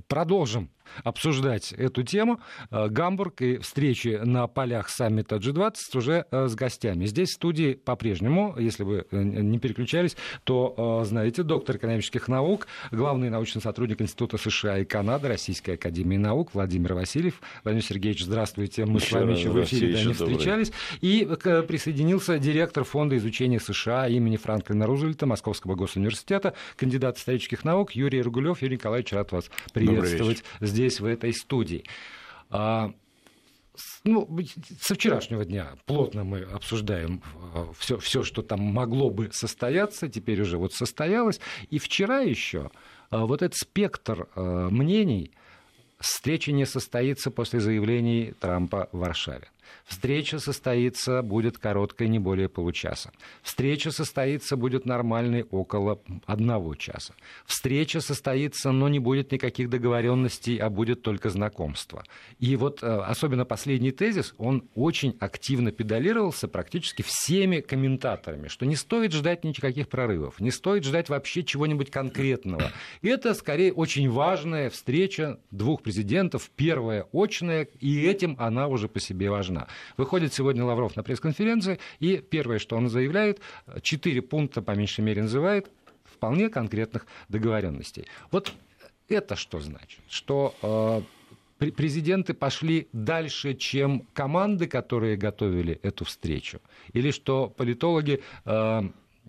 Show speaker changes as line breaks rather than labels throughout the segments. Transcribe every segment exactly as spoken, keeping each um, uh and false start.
продолжим обсуждать эту тему. Гамбург и встречи на полях саммита джи двадцать уже с гостями. Здесь в студии по-прежнему, если вы не переключались, то знаете, доктор экономических наук, главный научный сотрудник Института США и Канады Российской академии наук Владимир Васильев. Владимир Сергеевич, здравствуйте. Мы еще с вами еще в эфире да, не встречались. И присоединился директор Фонда изучения США имени Франклина Рузвельта Московского госуниверситета, кандидат исторических наук Юрий Рогулев. Юрий Николаевич, рад вас приветствовать здесь, в этой студии. А, ну, со вчерашнего дня плотно мы обсуждаем все, все, что там могло бы состояться, теперь уже вот состоялось. И вчера еще вот этот спектр мнений, встреча не состоится после заявлений Трампа в Варшаве. Встреча состоится, будет короткой, не более получаса. Встреча состоится, будет нормальной, около одного часа. Встреча состоится, но не будет никаких договоренностей, а будет только знакомство. И вот особенно последний тезис, он очень активно педалировался практически всеми комментаторами, что не стоит ждать никаких прорывов, не стоит ждать вообще чего-нибудь конкретного. И это, скорее, очень важная встреча двух президентов, первая очная, и этим она уже по себе важна. Выходит сегодня Лавров на пресс-конференции, и первое, что он заявляет, четыре пункта, по меньшей мере, называет вполне конкретных договоренностей. Вот это что значит? Что э, президенты пошли дальше, чем команды, которые готовили эту встречу? Или что политологи э,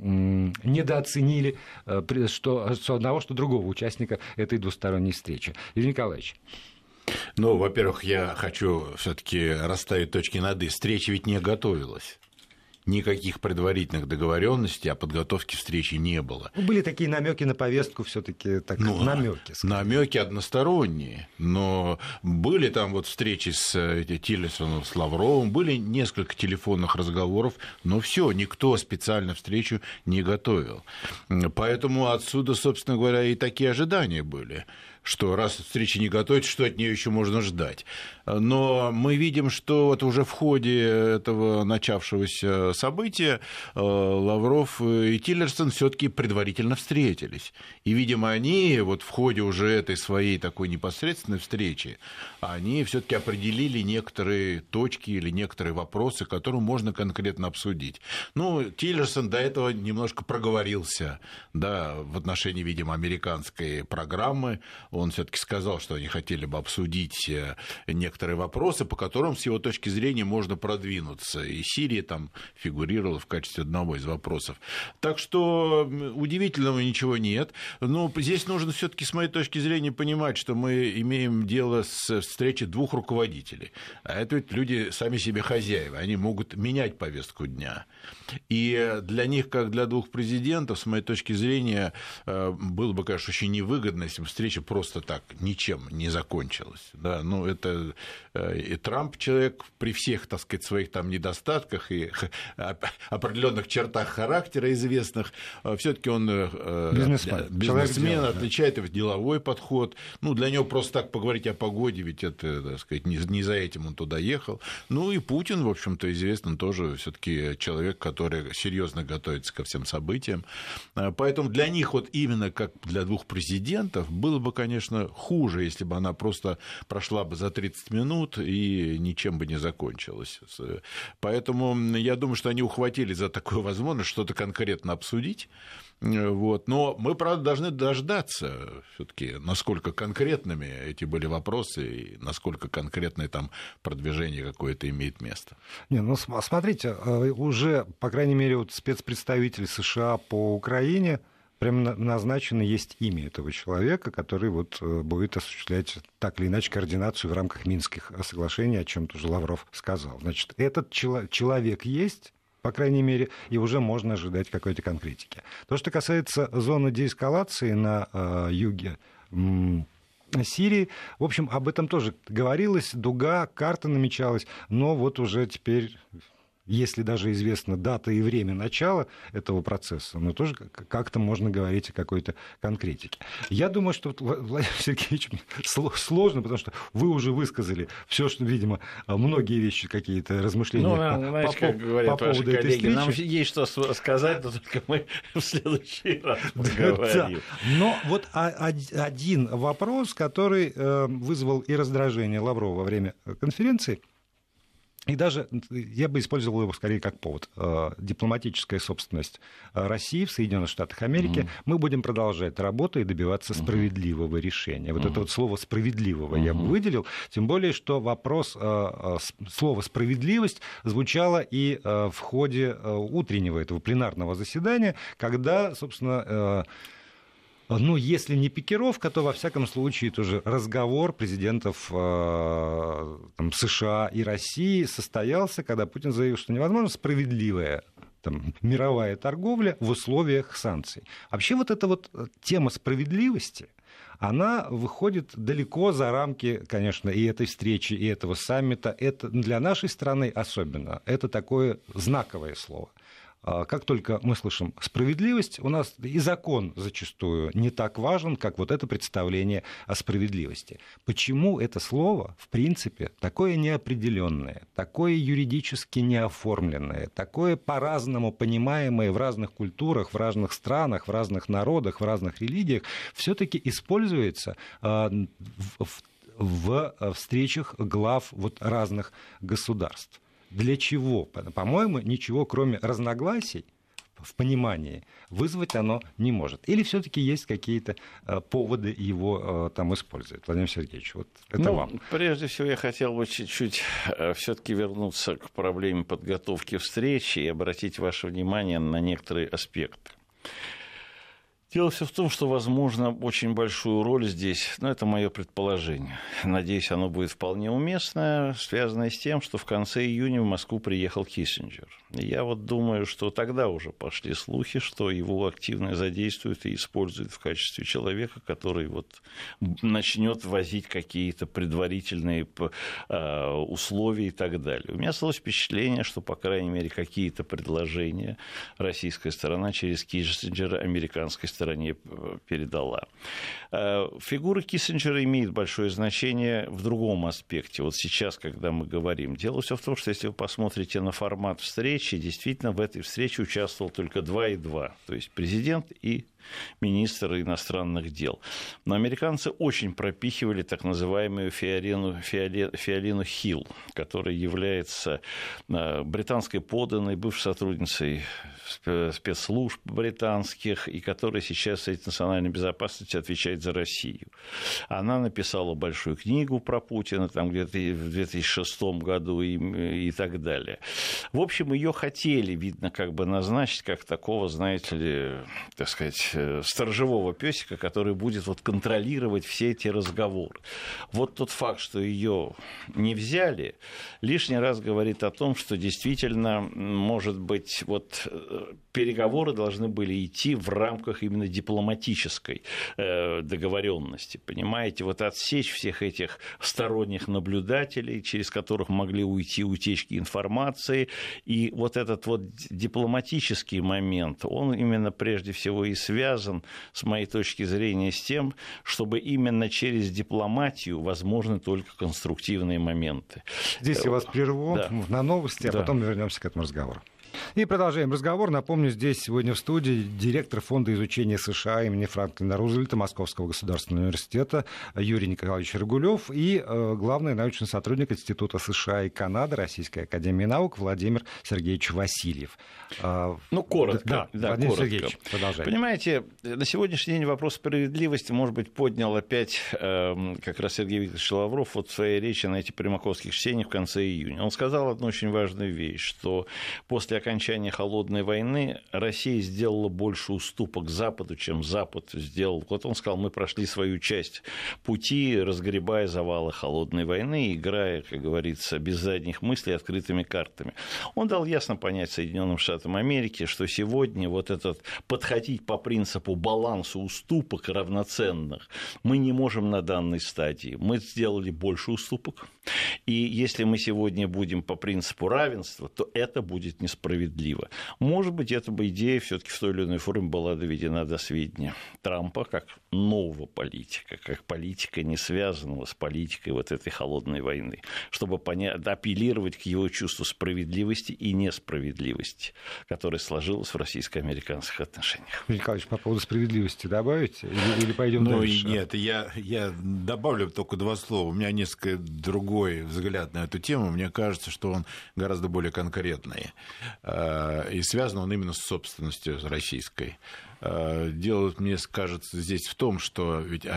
недооценили э, что, что одного, что другого участника этой двусторонней встречи? Юрий Николаевич.
Ну, во-первых, я хочу все-таки расставить точки над «и». Встреча ведь не готовилась. Никаких предварительных договоренностей о подготовке встречи не было.
Были такие намеки на повестку, все-таки так ну, намеки.
Намеки односторонние, но были там вот встречи с Тиллерсоном, с Лавровым, были несколько телефонных разговоров, но все, никто специально встречу не готовил. Поэтому отсюда, собственно говоря, и такие ожидания были, что раз встречи не готовить, что от нее еще можно ждать. Но мы видим, что вот уже в ходе этого начавшегося события Лавров и Тиллерсон все-таки предварительно встретились. И, видимо, они вот в ходе уже этой своей такой непосредственной встречи, они все-таки определили некоторые точки или некоторые вопросы, которые можно конкретно обсудить. Ну, Тиллерсон до этого немножко проговорился, да, в отношении, видимо, американской программы. Он все-таки сказал, что они хотели бы обсудить некоторые вопросы, по которым, с его точки зрения, можно продвинуться. И Сирия там фигурировала в качестве одного из вопросов. Так что удивительного ничего нет. Но здесь нужно все-таки, с моей точки зрения, понимать, что мы имеем дело с встречей двух руководителей. А это ведь люди сами себе хозяева. Они могут менять повестку дня. И для них, как для двух президентов, с моей точки зрения, было бы, конечно, очень невыгодно, если бы встреча просто так ничем не закончилась. Да, ну, это и Трамп человек при всех, так сказать, своих там недостатках и определенных чертах характера известных, все-таки он бизнесмен, бизнесмен дела, отличает да. его деловой подход. Ну, для него просто так поговорить о погоде, ведь это, так сказать, не, не за этим он туда ехал. Ну и Путин, в общем-то, известен тоже все-таки человек, который серьезно готовится ко всем событиям. Поэтому для них вот именно как для двух президентов было бы, конечно, хуже, если бы она просто прошла бы за тридцать минут и ничем бы не закончилась. Поэтому я думаю, что они ухватились за такую возможность что-то конкретно обсудить. Вот. Но мы, правда, должны дождаться все-таки, насколько конкретными эти были вопросы и насколько конкретное там продвижение какое-то имеет место.
Не, ну, смотрите, уже, по крайней мере, вот спецпредставитель США по Украине прямо назначено, есть имя этого человека, который вот будет осуществлять так или иначе координацию в рамках Минских соглашений, о чем тоже Лавров сказал. Значит, этот человек есть, по крайней мере, и уже можно ожидать какой-то конкретики. То, что касается зоны деэскалации на э, юге м- Сирии, в общем, об этом тоже говорилось, дуга, карта намечалась, но вот уже теперь если даже известна дата и время начала этого процесса, но тоже как-то можно говорить о какой-то конкретике. Я думаю, что, Владимир Сергеевич, сложно, потому что вы уже высказали все, что, видимо, многие вещи, какие-то размышления
ну,
по,
знаете,
по,
как говорят
по
ваши
поводу
коллеги,
этой
нам
встречи.
есть что сказать, но только мы в следующий раз поговорим.
Да. Но вот один вопрос, который вызвал и раздражение Лаврова во время конференции, и даже я бы использовал его скорее как повод. Дипломатическая собственность России в Соединенных Штатах Америки. Mm-hmm. Мы будем продолжать работу и добиваться mm-hmm. справедливого решения. Вот mm-hmm. это вот слово «справедливого» mm-hmm. я бы выделил. Тем более, что вопрос, слово «справедливость» звучало и в ходе утреннего этого пленарного заседания, когда, собственно... Ну, если не пикировка, то, во всяком случае, тоже разговор президентов э, там, США и России состоялся, когда Путин заявил, что невозможно справедливая там, мировая торговля в условиях санкций. Вообще вот эта вот тема справедливости, она выходит далеко за рамки, конечно, и этой встречи, и этого саммита. Это для нашей страны особенно. Это такое знаковое слово. Как только мы слышим справедливость, у нас и закон зачастую не так важен, как вот это представление о справедливости. Почему это слово, в принципе, такое неопределенное, такое юридически неоформленное, такое по-разному понимаемое в разных культурах, в разных странах, в разных народах, в разных религиях, все-таки используется в, в, в встречах глав вот разных государств? Для чего? По-моему, ничего, кроме разногласий в понимании, вызвать оно не может. Или все-таки есть какие-то поводы его там использовать? Владимир Сергеевич, вот это
ну,
вам.
Прежде всего, я хотел бы чуть-чуть все-таки вернуться к проблеме подготовки встречи и обратить ваше внимание на некоторые аспекты. Дело все в том, что, возможно, очень большую роль здесь, ну, это мое предположение, надеюсь, оно будет вполне уместное, связанное с тем, что в конце июня в Москву приехал Киссинджер. И я вот думаю, что тогда уже пошли слухи, что его активно задействуют и используют в качестве человека, который вот начнет ввозить какие-то предварительные условия и так далее. У меня осталось впечатление, что, по крайней мере, какие-то предложения российская сторона через Киссинджера американской стороне передала. Фигура Киссинджера имеет большое значение в другом аспекте. Вот сейчас, когда мы говорим. Дело все в том, что если вы посмотрите на формат встречи, действительно в этой встрече участвовал только два и два. То есть президент и министр иностранных дел. Но американцы очень пропихивали так называемую Фиолину, Фиолину Хилл, которая является британской подданной, бывшей сотрудницей спецслужб британских, и которая сейчас в Совете национальной безопасности отвечает за Россию. Она написала большую книгу про Путина, там где-то в две тысячи шестом году и, и так далее. В общем, ее хотели, видно, как бы назначить как такого, знаете ли, так сказать, сторожевого песика, который будет вот контролировать все эти разговоры. Вот тот факт, что ее не взяли, лишний раз говорит о том, что действительно, может быть, вот переговоры должны были идти в рамках именно дипломатической договоренности. Понимаете, вот отсечь всех этих сторонних наблюдателей, через которых могли уйти утечки информации, и вот этот вот дипломатический момент, он именно прежде всего и связан, с моей точки зрения, с тем, чтобы именно через дипломатию возможны только конструктивные моменты.
Здесь я вас прерву да. на новости, а да. потом вернемся к этому разговору. И продолжаем разговор. Напомню, здесь сегодня в студии директор Фонда изучения США имени Франклина Рузвельта Московского государственного университета Юрий Николаевич Рагулев и э, главный научный сотрудник Института США и Канады Российской академии наук Владимир Сергеевич Васильев.
Ну, коротко. Да, да,
Владимир
коротко.
Сергеевич, продолжаем.
Понимаете, на сегодняшний день вопрос справедливости, может быть, поднял опять э, как раз Сергей Викторович Лавров вот в своей речи на этих примаковских чтениях в конце июня. Он сказал одну очень важную вещь, что после после окончания холодной войны Россия сделала больше уступок Западу, чем Запад сделал. Вот он сказал, мы прошли свою часть пути, разгребая завалы холодной войны, играя, как говорится, без задних мыслей, открытыми картами. Он дал ясно понять Соединенным Штатам Америки, что сегодня вот этот подходить по принципу баланса уступок равноценных мы не можем на данной стадии. Мы сделали больше уступок. И если мы сегодня будем по принципу равенства, то это будет несправедливо. Может быть, эта бы идея все-таки в той или иной форме была доведена до сведения Трампа как нового политика, как политика, не связанного с политикой вот этой холодной войны, чтобы понять, апеллировать к его чувству справедливости и несправедливости, которое сложилось в российско-американских отношениях.
Николаевич, по поводу справедливости добавить или, или пойдем
ну,
дальше?
Нет, я, я добавлю только два слова. У меня несколько другой взгляд на эту тему. Мне кажется, что он гораздо более конкретный. И связан он именно с собственностью российской. Дело, мне кажется, здесь в том, что ведь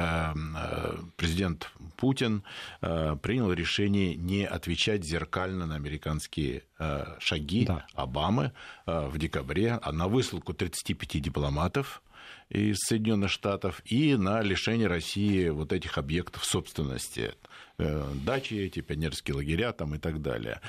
президент Путин принял решение не отвечать зеркально на американские шаги да. Обамы в декабре, а на высылку тридцати пяти дипломатов из Соединенных Штатов и на лишение России вот этих объектов собственности. Дачи эти, пионерские лагеря там и так далее.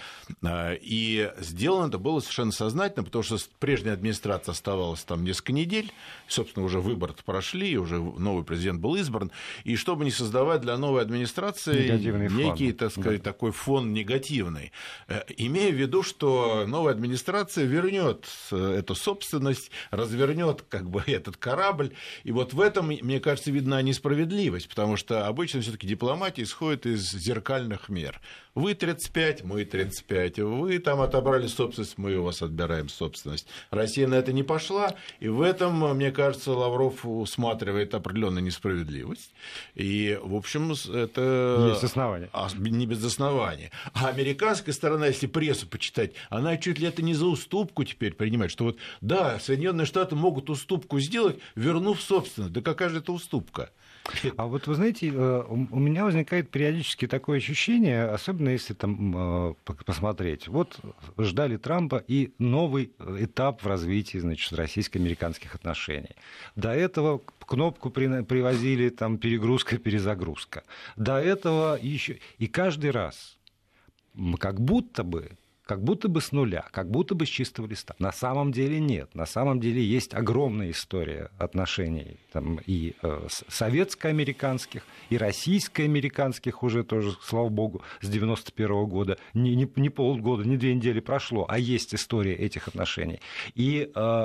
И сделано это было совершенно сознательно, потому что прежняя администрация оставалась там несколько недель, собственно, уже выборы прошли, уже новый президент был избран, и чтобы не создавать для новой администрации негативный некий, фон. так сказать, да. такой фон негативный, имея в виду, что новая администрация вернет эту собственность, развернет как бы этот корабль, и вот в этом, мне кажется, видна несправедливость, потому что обычно все-таки дипломатия исходит из зеркальных мер. Вы тридцать пять, мы тридцать пять, вы там отобрали собственность, мы у вас отбираем собственность. Россия на это не пошла, и в этом, мне кажется, Лавров усматривает определенную несправедливость. И, в общем, это...
Есть основания.
Не без основания. А американская сторона, если прессу почитать, она чуть ли это не за уступку теперь принимает, что вот, да, Соединенные Штаты могут уступку сделать, вернув собственность. Да какая же это уступка?
А вот вы знаете, у меня возникает периодически такое ощущение, особенно если там посмотреть. Вот ждали Трампа и новый этап в развитии, значит, российско-американских отношений. До этого кнопку привозили, там, перегрузка, перезагрузка. До этого еще... И каждый раз как будто бы как будто бы с нуля, как будто бы с чистого листа. На самом деле нет. На самом деле есть огромная история отношений там, и э, советско-американских, и российско-американских уже тоже, слава богу, с девяносто первого года. Не, не, не полгода, не две недели прошло, а есть история этих отношений. И, э,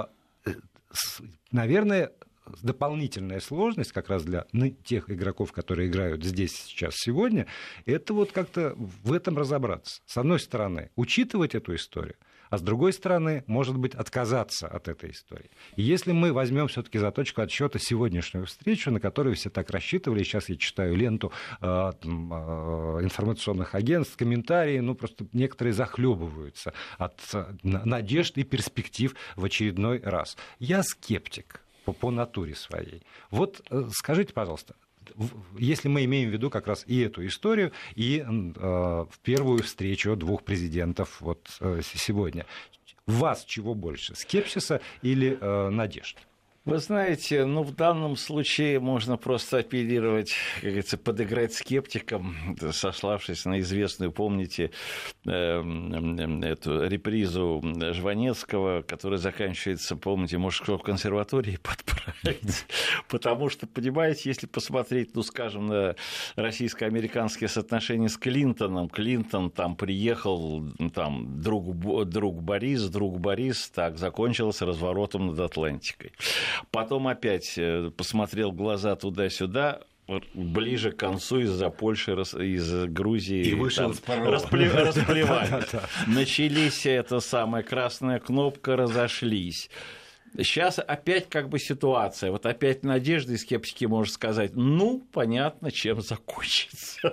наверное, дополнительная сложность как раз для тех игроков, которые играют здесь, сейчас, сегодня, это вот как-то в этом разобраться. С одной стороны, учитывать эту историю, а с другой стороны, может быть, отказаться от этой истории. И если мы возьмем все-таки за точку отсчета сегодняшнюю встречу, на которую все так рассчитывали, сейчас я читаю ленту э, там, э, информационных агентств, комментарии, ну просто некоторые захлебываются от э, надежд и перспектив в очередной раз. Я скептик по, по натуре своей. Вот э, скажите, пожалуйста, если мы имеем в виду как раз и эту историю, и э, в первую встречу двух президентов вот, э, сегодня, вас чего больше, скепсиса или э, надежд?
Вы знаете, ну, в данном случае можно просто апеллировать, как говорится, подыграть скептикам, сославшись на известную, помните, э, эту репризу Жванецкого, которая заканчивается, помните, может, кто в консерватории подправить. Потому что, понимаете, если посмотреть, ну, скажем, на российско-американские соотношения с Клинтоном, Клинтон там приехал, там, друг, друг Борис, друг Борис, так, закончилось разворотом над Атлантикой. Потом опять посмотрел глаза туда-сюда, ближе к концу из-за Польши, из Грузии. И
вышел с порога.
Расплевали. Начались эта самая красная кнопка, разошлись. Сейчас опять как бы ситуация, вот опять надежды и скептики можно сказать, ну, понятно, чем закончится.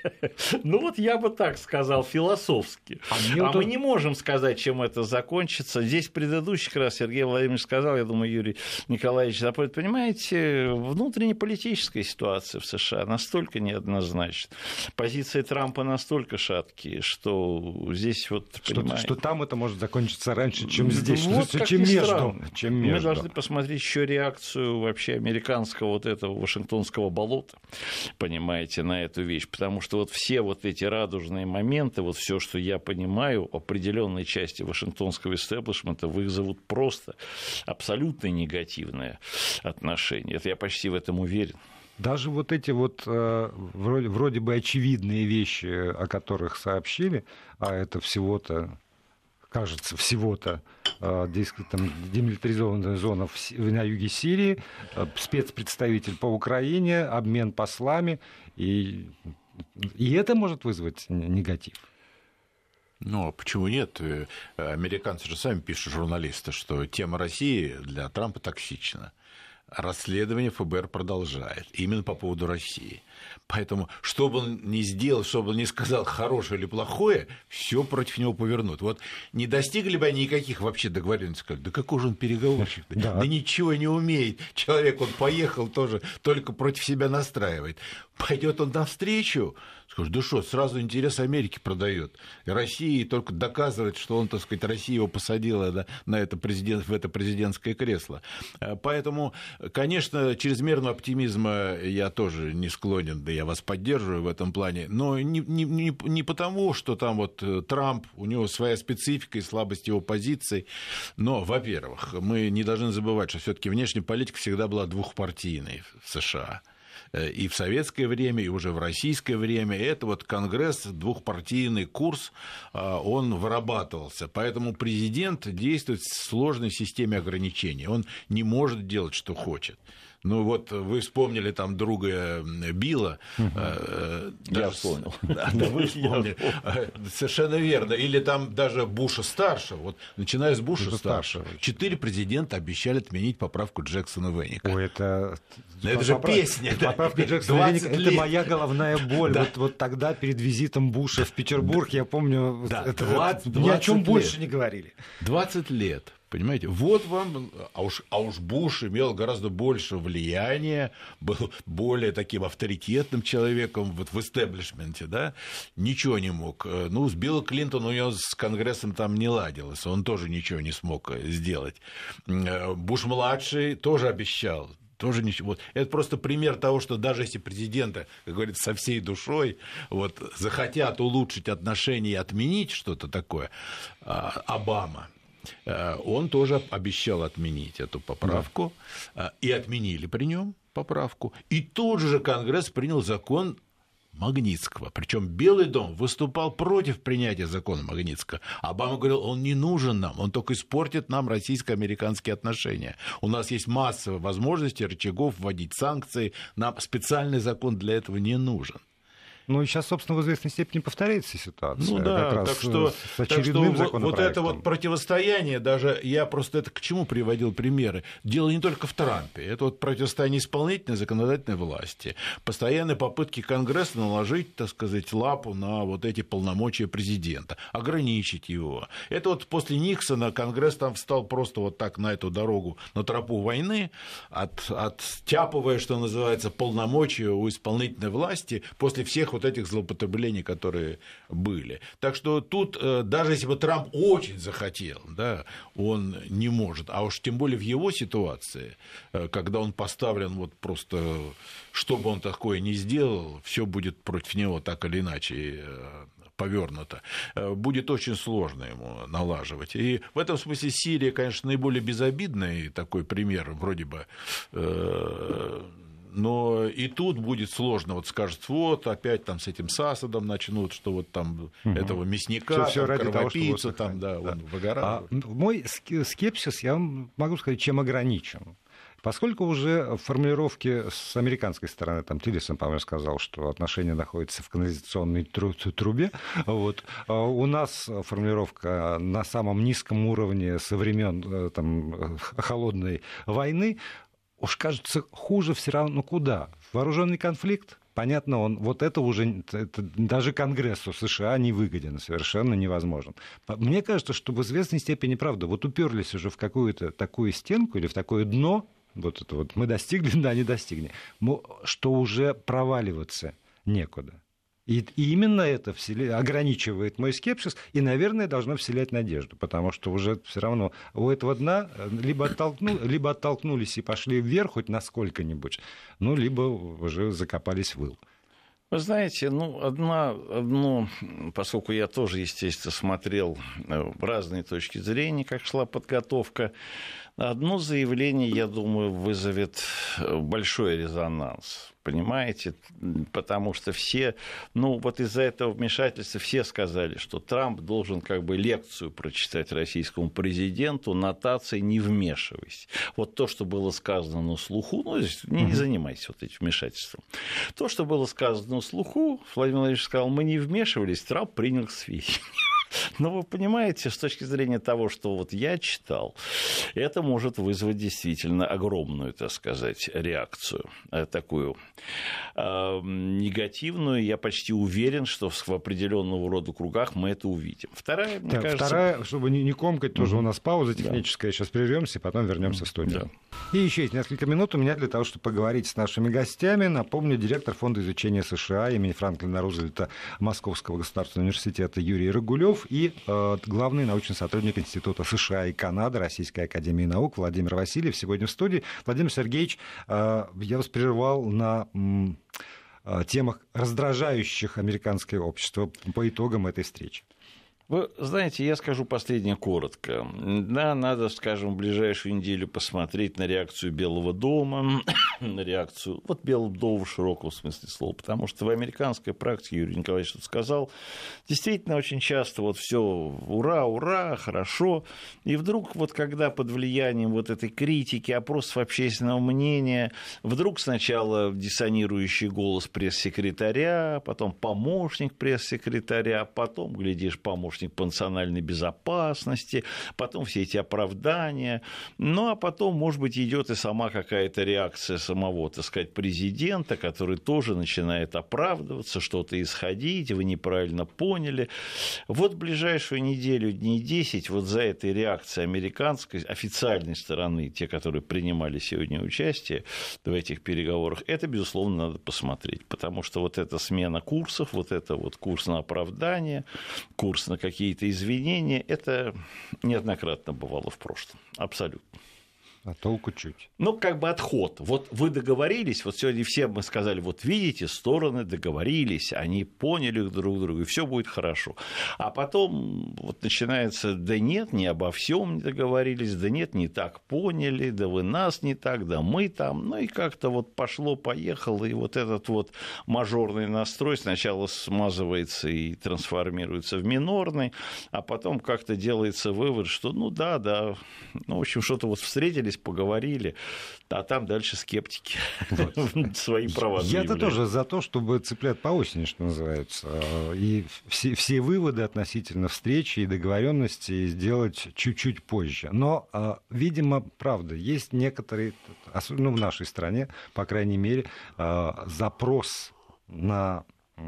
Ну, вот я бы так сказал, философски. А мы не можем сказать, чем это закончится. Здесь предыдущий как раз Сергей Владимирович сказал, я думаю, Юрий Николаевич запротив. Понимаете, внутреннеполитическая ситуация в США настолько неоднозначна. Позиции Трампа настолько шаткие, что здесь вот,
что, что там это может закончиться раньше, чем здесь,
вот
что, чем, между, чем между.
Мы должны посмотреть еще реакцию вообще американского вот этого вашингтонского болота, понимаете, на эту вещь, потому что вот все вот эти радужные моменты, вот все, что я понимаю, определенной части вашингтонского истеблишмента вызовут просто абсолютно негативное отношение. Это я почти в этом уверен.
Даже вот эти вот э, вроде, вроде бы очевидные вещи, о которых сообщили, а это всего-то, кажется, всего-то э, там, демилитаризованная зона в, на юге Сирии, э, спецпредставитель по Украине, обмен послами, и, и это может вызвать негатив.
Ну, а почему нет? Американцы же сами пишут, журналисты, что тема России для Трампа токсична. Расследование ФБР продолжает именно по поводу России. Поэтому, что бы он ни сделал, что бы он ни сказал, хорошее или плохое, все против него повернут. Вот не достигли бы они никаких вообще договоренностей, как, да какой же он переговорщик, да. да ничего не умеет. Человек, он поехал тоже, только против себя настраивает. Пойдет он навстречу, скажет, да что, сразу интерес Америки продает. И России только доказывает, что он, так сказать, Россия его посадила да, на это президент, в это президентское кресло. Поэтому, конечно, чрезмерного оптимизма я тоже не склонен, да я вас поддерживаю в этом плане, но не, не, не, не потому, что там вот Трамп, у него своя специфика и слабость его позиций, но, во-первых, мы не должны забывать, что все-таки внешняя политика всегда была двухпартийной в США. И в советское время, и уже в российское время. Это вот Конгресс, двухпартийный курс, он вырабатывался. Поэтому президент действует в сложной системе ограничений. Он не может делать, что хочет. Ну вот вы вспомнили там друга Билла.
Угу. Даже... Я вспомнил.
Да, да, вы вспомнили. Совершенно верно. Или там даже Буша-старшего. Вот, начиная с Буша-старшего. Четыре президента обещали отменить поправку Джексона Веника.
Ой, это...
это же песня.
Поправка Джексона Веника — это моя головная боль. Да. Вот, вот тогда перед визитом Буша в Петербург, я помню,
да,
это,
двадцать,
ни о чем больше не говорили.
двадцать лет. Понимаете, вот вам, а уж, а уж Буш имел гораздо больше влияния, был более таким авторитетным человеком вот в истеблишменте, да, ничего не мог. Ну, с Биллом Клинтоном у него с Конгрессом там не ладилось, он тоже ничего не смог сделать. Буш-младший тоже обещал. Тоже ничего. Вот. Это просто пример того, что даже если президенты, как говорится, со всей душой вот, захотят улучшить отношения и отменить что-то такое, Обама, он тоже обещал отменить эту поправку, да. И отменили при нем поправку. И тут же Конгресс принял закон Магнитского. Причем Белый дом выступал против принятия закона Магнитского. Обама говорил, он не нужен нам, он только испортит нам российско-американские отношения. У нас есть масса возможностей, рычагов вводить санкции, нам специальный закон для этого не нужен.
Ну и сейчас, собственно, в известной степени повторяется ситуация.
Ну да, как раз так что, с очередным так что вот это вот противостояние, даже я просто это к чему приводил примеры. Дело не только в Трампе, это вот противостояние исполнительной, законодательной власти, постоянные попытки Конгресса наложить, так сказать, лапу на вот эти полномочия президента, ограничить его. Это вот после Никсона Конгресс там встал просто вот так на эту дорогу, на тропу войны, от, оттяпывая, что называется, полномочия у исполнительной власти после всех вот этих злоупотреблений, которые были. Так что тут, даже если бы Трамп очень захотел, да, он не может. А уж тем более в его ситуации, когда он поставлен вот просто, что бы он такое ни сделал, все будет против него так или иначе повернуто, будет очень сложно ему налаживать. И в этом смысле Сирия, конечно, наиболее безобидный такой пример, вроде бы. Но и тут будет сложно, вот скажут, вот опять там с этим Асадом начнут, что вот там угу. этого мясника,
всё, всё
там, кровопийца, там, да, да. Он выгораживает.
А, мой скепсис, я вам могу сказать, чем ограничен. Поскольку уже формулировки с американской стороны, там Тиллерсон, по-моему, сказал, что отношения находятся в канализационной трубе, вот, у нас формулировка на самом низком уровне со времен там, холодной войны, уж кажется, хуже все равно куда? Вооруженный конфликт? Понятно, он, вот это уже это даже Конгрессу США не выгоден, совершенно невозможен. Мне кажется, что в известной степени, правда, вот уперлись уже в какую-то такую стенку или в такое дно, вот это вот мы достигли, да, не достигли, что уже проваливаться некуда. И, и именно это вселя... ограничивает мой скепсис и, наверное, должно вселять надежду, потому что уже все равно у этого дна либо, оттолкну... либо оттолкнулись и пошли вверх хоть на сколько-нибудь, ну, либо уже закопались в ил.
Вы знаете, ну, одна, одно, поскольку я тоже, естественно, смотрел разные точки зрения, как шла подготовка, одно заявление, я думаю, вызовет большой резонанс. Понимаете? Потому что все, ну, вот из-за этого вмешательства все сказали, что Трамп должен как бы лекцию прочитать российскому президенту, нотацией «не вмешивайся». Вот то, что было сказано на слуху, ну, не, не занимайтесь вот этим вмешательством. То, что было сказано на слуху, Владимир Владимирович сказал, мы не вмешивались, Трамп принял к сведению. Но вы понимаете, с точки зрения того, что вот я читал, это может вызвать действительно огромную, так сказать, реакцию, такую э, негативную. Я почти уверен, что в определенного рода кругах мы это увидим. Вторая, мне
так,
кажется...
Вторая, чтобы не, не комкать, тоже
угу.
у нас пауза техническая, да. Сейчас прервемся, и потом вернемся в студию. Да. И еще есть несколько минут у меня для того, чтобы поговорить с нашими гостями. Напомню, директор Фонда изучения США имени Франклина Рузвельта Московского государственного университета Юрий Рагулев и э, главный научный сотрудник Института США и Канады Российской академии наук Владимир Васильев сегодня в студии. Владимир Сергеевич, э, я вас прервал на э, темах, раздражающих американское общество по итогам этой встречи.
Вы знаете, я скажу последнее коротко. Да, надо, скажем, в ближайшую неделю посмотреть на реакцию Белого дома, на реакцию вот Белого дома в широком смысле слова, потому что в американской практике, Юрий Николаевич тут сказал, действительно очень часто вот все ура, ура, хорошо, и вдруг вот когда под влиянием вот этой критики, опросов общественного мнения, вдруг сначала диссонирующий голос пресс-секретаря, потом помощник пресс-секретаря, потом, глядишь, помощник по национальной безопасности, потом все эти оправдания, ну а потом, может быть, идет и сама какая-то реакция самого, так сказать, президента, который тоже начинает оправдываться, что-то исходить, вы неправильно поняли. Вот в ближайшую неделю, дней десять, вот за этой реакцией американской официальной стороны, те, которые принимали сегодня участие в этих переговорах, это, безусловно, надо посмотреть, потому что вот эта смена курсов, вот это вот курс на оправдание, курс на какие-то извинения, это неоднократно бывало в прошлом. Абсолютно.
А толку чуть.
Ну, как бы отход. Вот вы договорились, вот сегодня все мы сказали, вот видите, стороны договорились, они поняли друг друга, и все будет хорошо. А потом вот начинается, да нет, не обо всем не договорились, да нет, не так поняли, да вы нас не так, да мы там. Ну, и как-то вот пошло-поехало, и вот этот вот мажорный настрой сначала смазывается и трансформируется в минорный, а потом как-то делается вывод, что ну да, да, ну, в общем, что-то вот встретились, поговорили, а там дальше скептики вот. Свои права заявляют.
Я-то тоже за то, чтобы цыплят по осени, что называется, и все, все выводы относительно встречи и договоренности сделать чуть-чуть позже. Но, видимо, правда, есть некоторые, особенно в нашей стране, по крайней мере, запрос на,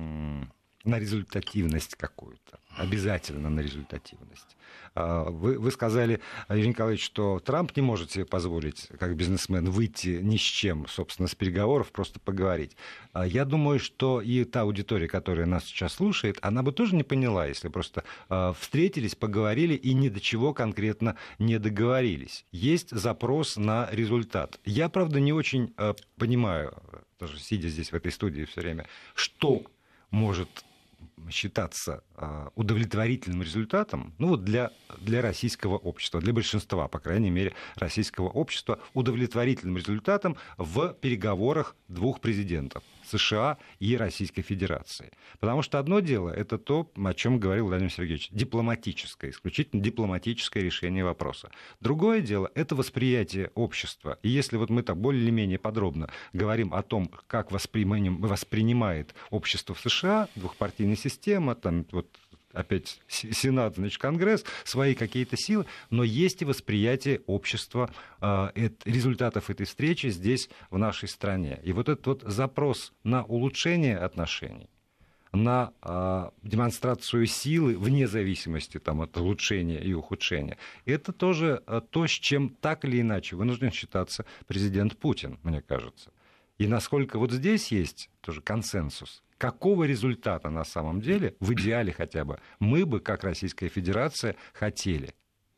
на результативность какую-то, обязательно на результативность. Вы, вы сказали, Юрий Николаевич, что Трамп не может себе позволить, как бизнесмен, выйти ни с чем, собственно, с переговоров, просто поговорить. Я думаю, что и та аудитория, которая нас сейчас слушает, она бы тоже не поняла, если просто встретились, поговорили и ни до чего конкретно не договорились. Есть запрос на результат. Я, правда, не очень понимаю, даже сидя здесь в этой студии все время, что может считаться удовлетворительным результатом, ну вот для, для российского общества, для большинства, по крайней мере, российского общества, удовлетворительным результатом в переговорах двух президентов. США и Российской Федерации. Потому что одно дело, это то, о чем говорил Владимир Сергеевич, дипломатическое, исключительно дипломатическое решение вопроса. Другое дело, это восприятие общества. И если вот мы так более-менее подробно говорим о том, как воспринимает общество в США, двухпартийная система, там вот опять Сенат, значит, Конгресс, свои какие-то силы, но есть и восприятие общества э, результатов этой встречи здесь, в нашей стране. И вот этот вот запрос на улучшение отношений, на э, демонстрацию силы вне зависимости там, от улучшения и ухудшения, это тоже э, то, с чем так или иначе вынужден считаться президент Путин, мне кажется. И насколько вот здесь есть тоже консенсус, какого результата на самом деле, в идеале хотя бы, мы бы, как Российская Федерация, хотели?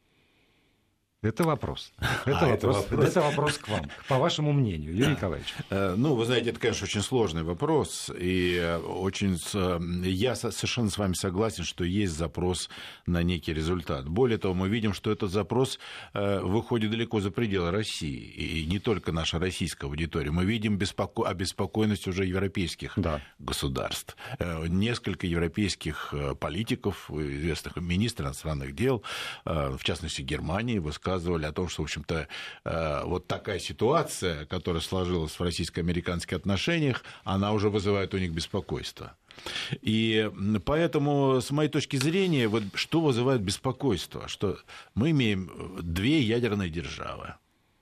Это вопрос. Это, а, вопрос, это, вопрос. это вопрос к вам, по вашему мнению, Юрий Николаевич.
Ну, вы знаете, это, конечно, очень сложный вопрос. И очень... я совершенно с вами согласен, что есть запрос на некий результат. Более того, мы видим, что этот запрос выходит далеко за пределы России. И не только наша российская аудитория. Мы видим беспоко... обеспокоенность уже европейских да. государств. Несколько европейских политиков, известных министров иностранных дел, в частности, Германии, высказывали о том, что, в общем-то, вот такая ситуация, которая сложилась в российско-американских отношениях, она уже вызывает у них беспокойство. И поэтому, с моей точки зрения, вот что вызывает беспокойство? Что мы имеем две ядерные державы,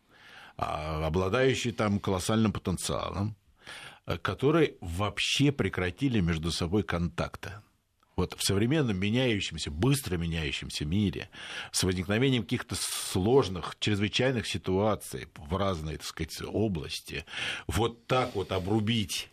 обладающие там колоссальным потенциалом, которые вообще прекратили между собой контакты. Вот в современном меняющемся, быстро меняющемся мире, с возникновением каких-то сложных, чрезвычайных ситуаций в разной, так сказать, области, вот так вот обрубить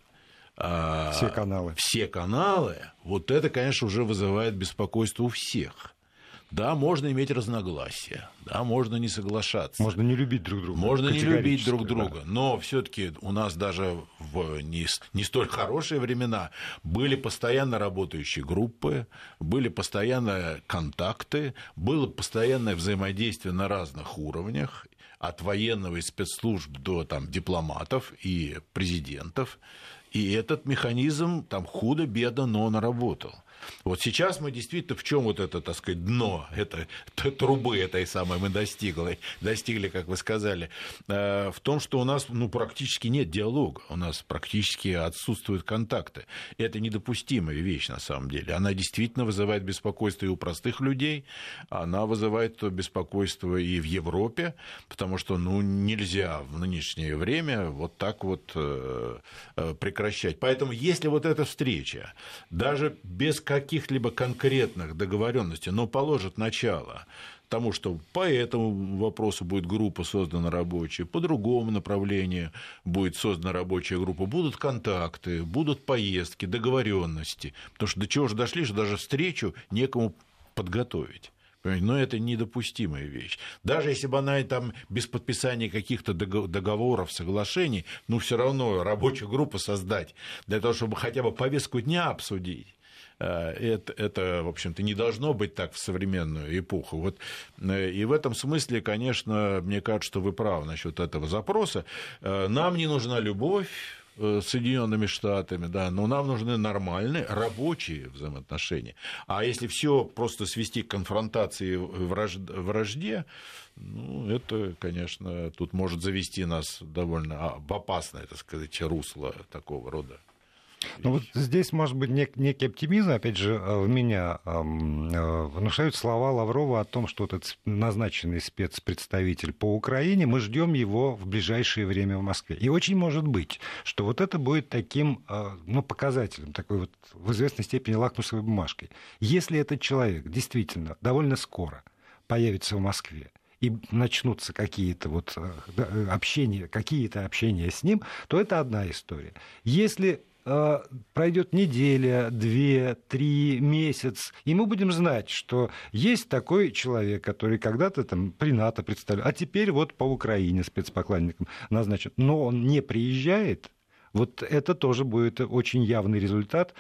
э,
все каналы.
все каналы, вот это, конечно, уже вызывает беспокойство у всех. Да, можно иметь разногласия, да, можно не соглашаться.
Можно не любить друг друга.
Можно не любить друг друга. Да. Но все-таки у нас даже в не, не столь хорошие времена были постоянно работающие группы, были постоянно контакты, было постоянное взаимодействие на разных уровнях, от военного и спецслужб до там, дипломатов и президентов. И этот механизм там худо-бедно, но он работал. Вот сейчас мы действительно, в чем вот это, так сказать, дно это, трубы этой самой мы достигли, достигли, как вы сказали, в том, что у нас ну, практически нет диалога, у нас практически отсутствуют контакты. Это недопустимая вещь на самом деле. Она действительно вызывает беспокойство и у простых людей, она вызывает беспокойство и в Европе, потому что ну, нельзя в нынешнее время вот так вот прекращать. Поэтому если вот эта встреча, даже без каких-либо конкретных договоренностей, но положит начало тому, что по этому вопросу будет группа создана рабочая, по другому направлению будет создана рабочая группа, будут контакты, будут поездки, договоренности. Потому что до чего же дошли, что даже встречу некому подготовить. Но это недопустимая вещь. Даже если бы она там без подписания каких-то договоров, соглашений, ну все равно рабочую группу создать для того, чтобы хотя бы повестку дня обсудить. Это, это, в общем-то, не должно быть так в современную эпоху. Вот, и в этом смысле, конечно, мне кажется, что вы правы насчет этого запроса. Нам не нужна любовь с Соединенными Штатами, да, но нам нужны нормальные рабочие взаимоотношения. А если все просто свести к конфронтации и вражде, ну, это, конечно, тут может завести нас довольно в опасное, так сказать, русло такого рода.
Ну вот здесь, может быть, нек- некий оптимизм, опять же, в меня э, э, внушают слова Лаврова о том, что этот назначенный спецпредставитель по Украине, мы ждем его в ближайшее время в Москве. И очень может быть, что вот это будет таким э, ну, показателем, такой вот в известной степени лакмусовой бумажкой. Если этот человек действительно довольно скоро появится в Москве, и начнутся какие-то вот общения, какие-то общения с ним, то это одна история. Если пройдет неделя, две, три, месяц, и мы будем знать, что есть такой человек, который когда-то там при НАТО представлял, а теперь вот по Украине спецпоклонником назначен, но он не приезжает, вот это тоже будет очень явный результат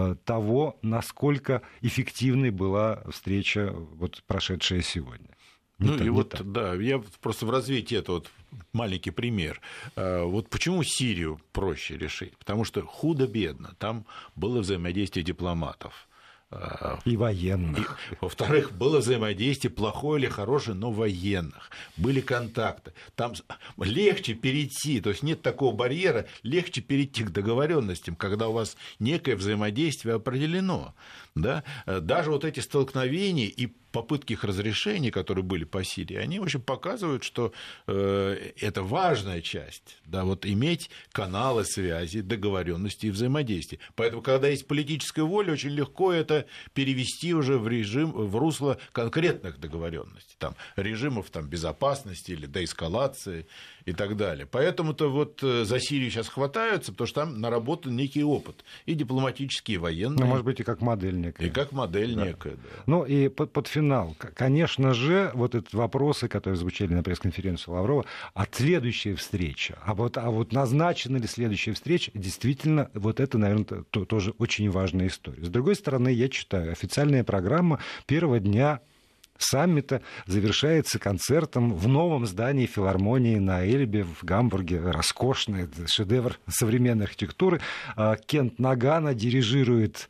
того, насколько эффективной была встреча, вот, прошедшая сегодня.
Ну и вот, так. да, я просто в развитии это вот маленький пример. Вот почему Сирию проще решить? Потому что худо-бедно там было взаимодействие дипломатов.
И военных.
И, во-вторых, было взаимодействие, плохое или хорошее, но военных. Были контакты. Там легче перейти, то есть нет такого барьера, легче перейти к договоренностям, когда у вас некое взаимодействие определено. Да? Даже вот эти столкновения и попытки их разрешения, которые были по Сирии, они, в общем, показывают, что э, это важная часть, да, вот иметь каналы связи, договоренности и взаимодействия. Поэтому, когда есть политическая воля, очень легко это перевести уже в режим, в русло конкретных договоренностей, там, режимов там, безопасности или деэскалации и так далее. Поэтому-то вот за Сирию сейчас хватаются, потому что там наработан некий опыт, и дипломатический, и военный.
Ну, может быть, и как модель некая.
И как модель
да.
некая, да.
Ну, и под, под финал, конечно же, вот эти вопросы, которые звучали на пресс-конференции Лаврова, а следующая встреча, а вот, а вот назначена ли следующая встреча, действительно, вот это, наверное, то, тоже очень важная история. С другой стороны, я читаю, официальная программа первого дня саммита завершается концертом в новом здании филармонии на Эльбе в Гамбурге. Роскошный шедевр современной архитектуры. Кент Нагано дирижирует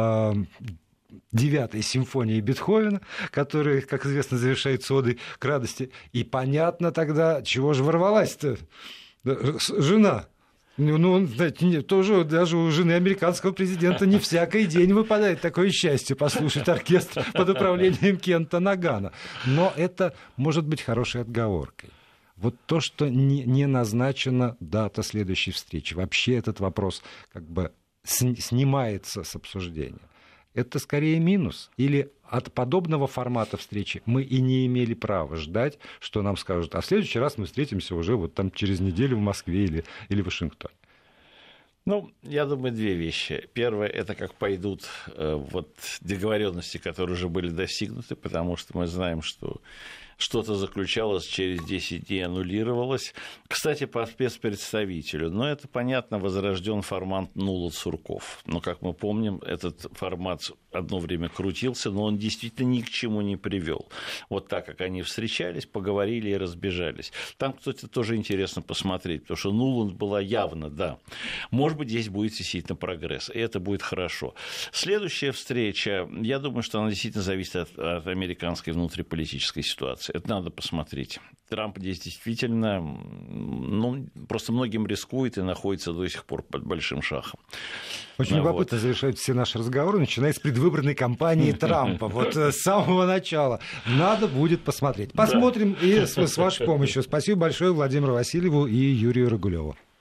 девятой симфонией Бетховена, которая, как известно, завершается одой к радости. И понятно тогда, чего же ворвалась-то жена. Ну, знаете, тоже даже у жены американского президента не всякий день выпадает такое счастье послушать оркестр под управлением Кента Нагано. Но это может быть хорошей отговоркой. Вот то, что не, не назначена дата следующей встречи, вообще этот вопрос как бы снимается с обсуждения. Это скорее минус. Или от подобного формата встречи мы и не имели права ждать, что нам скажут, а в следующий раз мы встретимся уже вот там через неделю в Москве или, или в Вашингтоне.
Ну, я думаю, две вещи. Первое, это как пойдут э, вот, договоренности, которые уже были достигнуты, потому что мы знаем, что что-то заключалось, через десять дней аннулировалось. Кстати, по спецпредставителю, но это, понятно, возрожден формат Нуланд-Сурков. Но, как мы помним, этот формат одно время крутился, но он действительно ни к чему не привел. Вот так, как они встречались, поговорили и разбежались. Там, кстати, тоже интересно посмотреть, потому что Нуланд была явно, да. Может быть, здесь будет действительно прогресс, и это будет хорошо. Следующая встреча, я думаю, что она действительно зависит от, от американской внутриполитической ситуации. Это надо посмотреть. Трамп здесь действительно, ну, просто многим рискует и находится до сих пор под большим шахом.
Очень
ну,
любопытно вот. Завершать все наши разговоры, начиная с предвыборной кампании Трампа. Вот с самого начала. Надо будет посмотреть. Посмотрим и с вашей помощью. Спасибо большое Владимиру Васильеву и Юрию Рогулеву.